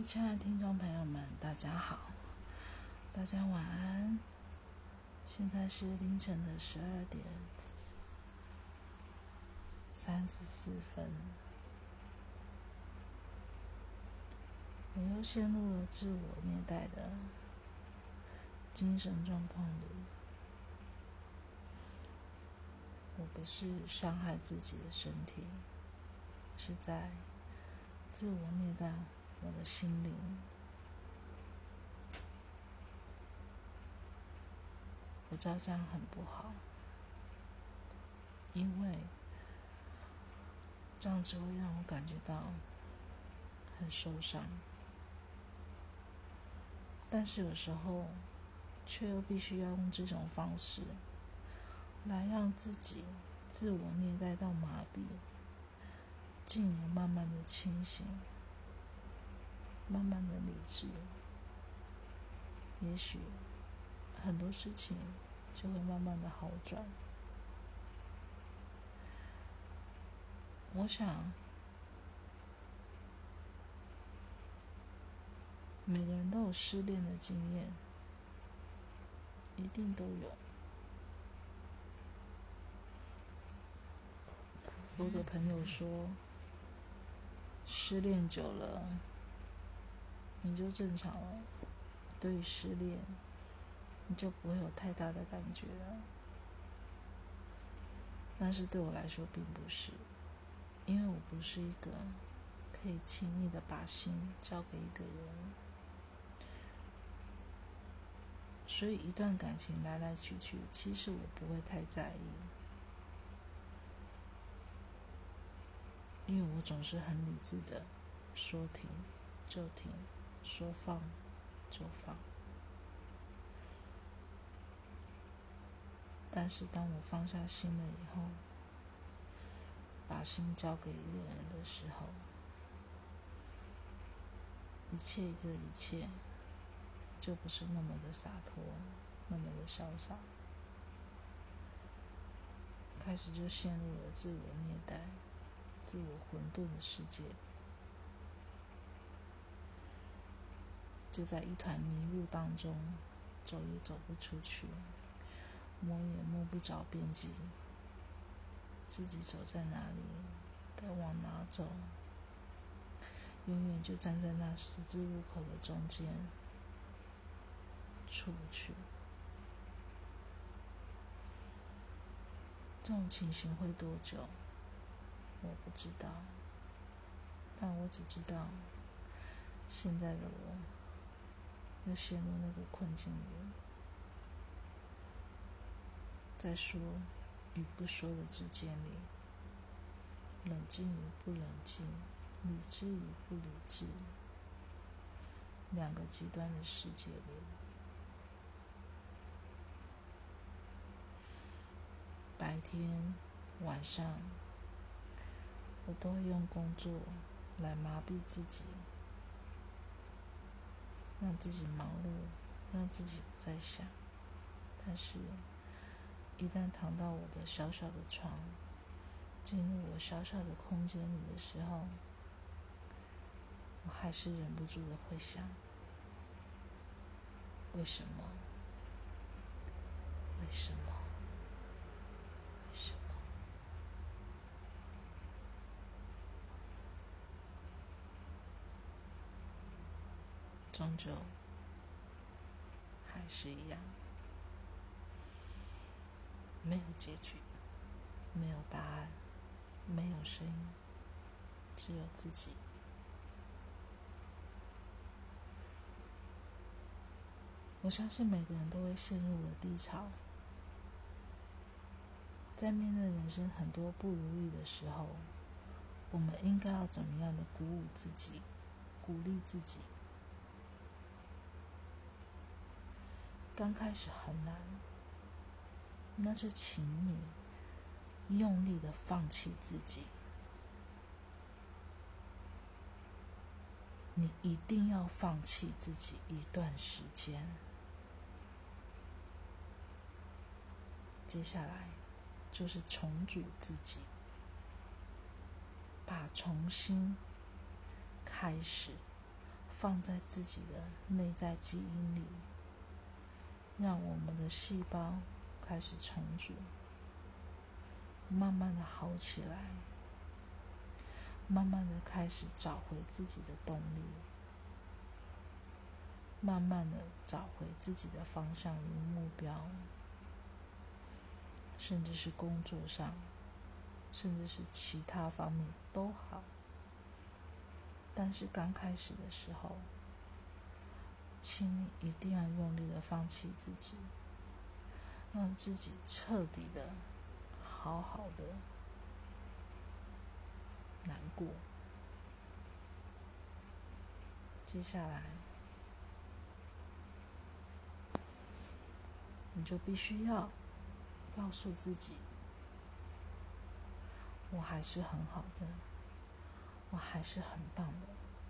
亲爱的听众朋友们，大家好，大家晚安。现在是凌晨的12:34。我又陷入了自我虐待的精神状况里。我不是伤害自己的身体，是在自我虐待我的心灵。我知道这样很不好，因为这样只会让我感觉到很受伤，但是有时候却又必须要用这种方式来让自己自我虐待到麻痹，进而慢慢的清醒，慢慢的理智，也许很多事情就会慢慢的好转。我想每个人都有失恋的经验，一定都有。我有个朋友说，失恋久了你就正常了，对于失恋你就不会有太大的感觉了。但是对我来说并不是，因为我不是一个可以轻易的把心交给一个人，所以一段感情来来去去，其实我不会太在意，因为我总是很理智的说停就停，说放就放。但是当我放下心了以后，把心交给一个人的时候，一切就不是那么的洒脱，那么的潇洒，开始就陷入了自我虐待、自我混沌的世界，就在一团迷雾当中，走也走不出去，摸也摸不着边际，自己走在哪里，该往哪走，永远就站在那十字路口的中间，出不去。这种情形会多久？我不知道，但我只知道，现在的我又陷入那个困境里，在说与不说的之间里，冷静与不冷静，理智与不理智，两个极端的世界里。白天晚上我都会用工作来麻痹自己，让自己忙碌，让自己不再想。但是一旦躺到我的小小的床，进入我小小的空间里的时候，我还是忍不住的会想，为什么？为什么？为什么？终究还是一样，没有结局，没有答案，没有声音，只有自己。我相信每个人都会陷入了低潮，在面对人生很多不如意的时候，我们应该要怎么样的鼓舞自己，鼓励自己？刚开始很难，那就请你用力的放弃自己，你一定要放弃自己一段时间。接下来就是重组自己，把重新开始放在自己的内在基因里，让我们的细胞开始重组，慢慢的好起来，慢慢的开始找回自己的动力，慢慢的找回自己的方向与目标，甚至是工作上，甚至是其他方面都好。但是刚开始的时候，请你一定要用力的放弃自己，让自己彻底的好好的难过。接下来你就必须要告诉自己，我还是很好的，我还是很棒的。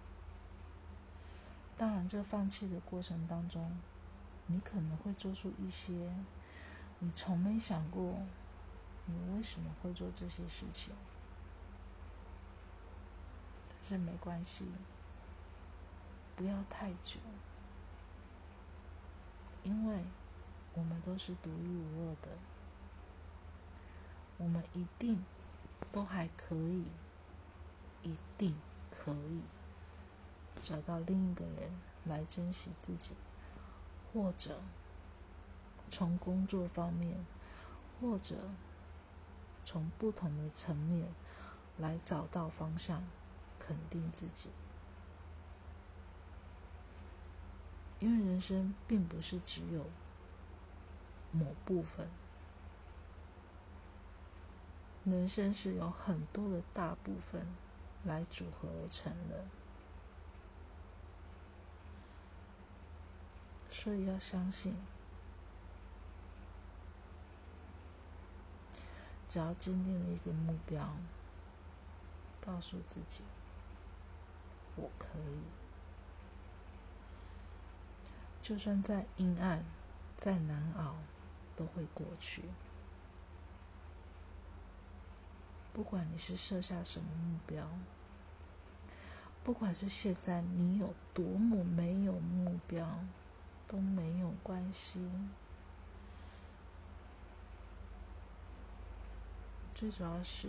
当然，这放弃的过程当中，你可能会做出一些你从没想过你为什么会做这些事情，但是没关系，不要太久，因为我们都是独一无二的，我们一定都还可以，一定可以找到另一个人来珍惜自己，或者从工作方面，或者从不同的层面来找到方向，肯定自己。因为人生并不是只有某部分，人生是由很多的大部分来组合而成的，所以要相信，只要坚定了一个目标，告诉自己我可以，就算再阴暗再难熬都会过去。不管你是设下什么目标，不管是现在你有多么没有目标，都没有关系。最主要是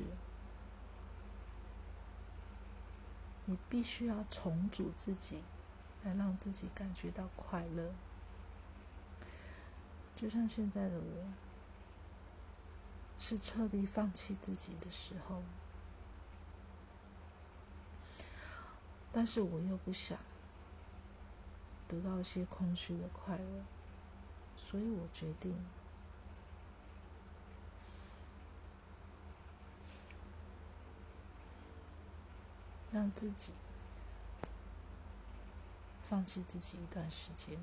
你必须要重组自己，来让自己感觉到快乐。就像现在的我，是彻底放弃自己的时候，但是我又不想得到一些空虚的快乐，所以我决定让自己放弃自己一段时间。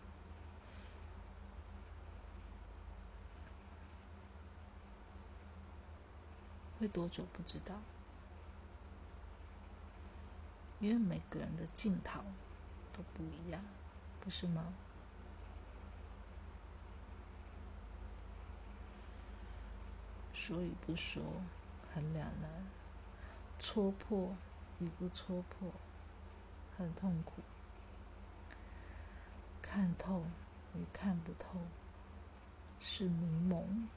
会多久不知道，因为每个人的镜头都不一样，不是吗？说与不说很两难，戳破与不戳破很痛苦，看透与看不透是迷蒙。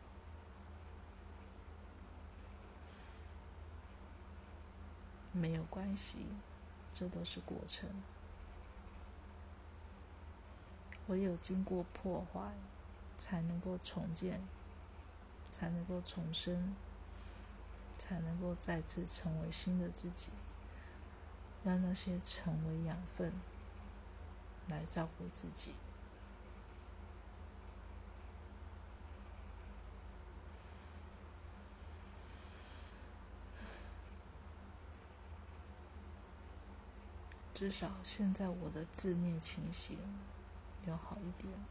没有关系，这都是过程。唯有经过破坏，才能够重建，才能够重生，才能够再次成为新的自己，让那些成为养分，来照顾自己。至少现在我的自虐情绪有好一点。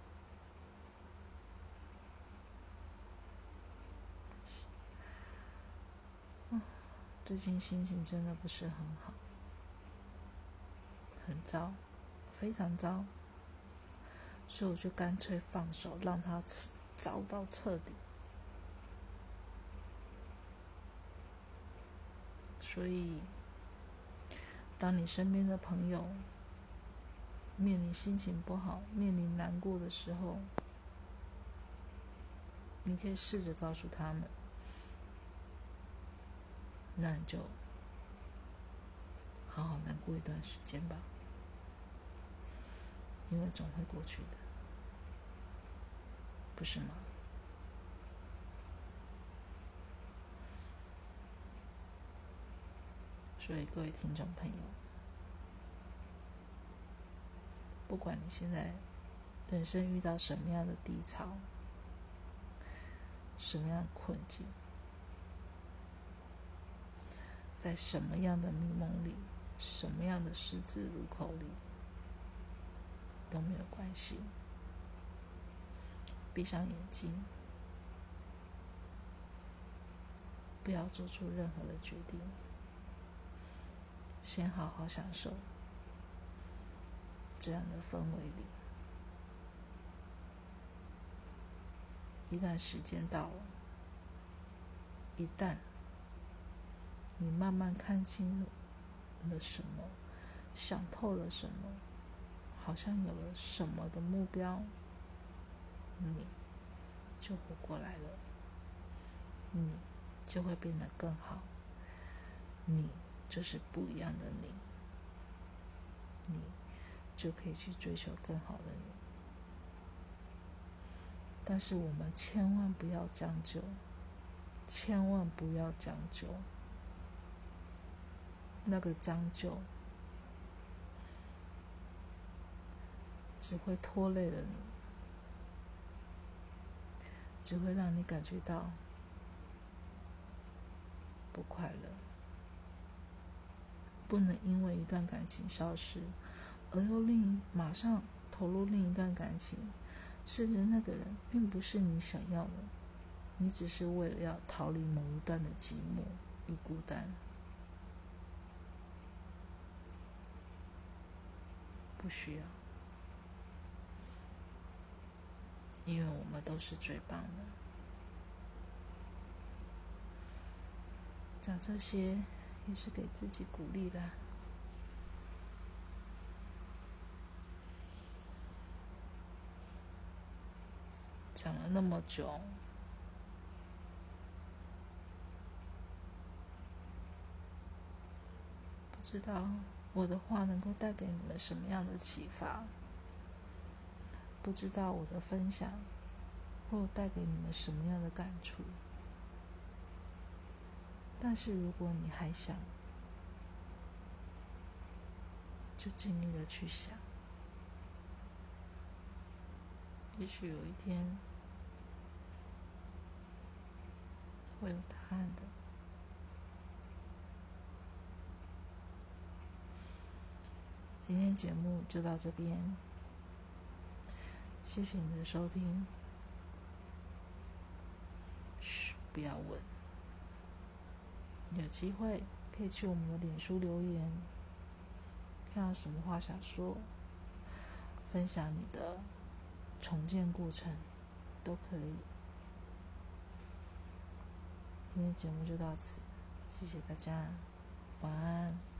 最近心情真的不是很好，很糟，非常糟，所以我就干脆放手，让它糟到彻底。所以当你身边的朋友面临心情不好、面临难过的时候，你可以试着告诉他们，那你就好好难过一段时间吧，因为总会过去的，不是吗？所以各位听众朋友，不管你现在人生遇到什么样的低潮，什么样的困境，在什么样的迷蒙里，什么样的十字路口里，都没有关系。闭上眼睛，不要做出任何的决定，先好好享受这样的氛围里。一旦时间到了，一旦你慢慢看清了什么，想透了什么，好像有了什么的目标，你就活过来了，你就会变得更好，你就是不一样的你，你就可以去追求更好的你。但是我们千万不要将就，千万不要将就，那个将就只会拖累了你，只会让你感觉到不快乐。不能因为一段感情消失，而又马上投入另一段感情，甚至那个人并不是你想要的，你只是为了要逃离某一段的寂寞与孤单。不需要，因为我们都是最棒的。讲这些也是给自己鼓励的。讲了那么久，不知道我的话能够带给你们什么样的启发，不知道我的分享会带给你们什么样的感触。但是如果你还想，就尽力的去想，也许有一天会有答案的。今天节目就到这边，谢谢你的收听。嘘，不要问。有机会可以去我们的脸书留言，看到什么话想说，分享你的重建过程都可以。今天节目就到此，谢谢大家，晚安。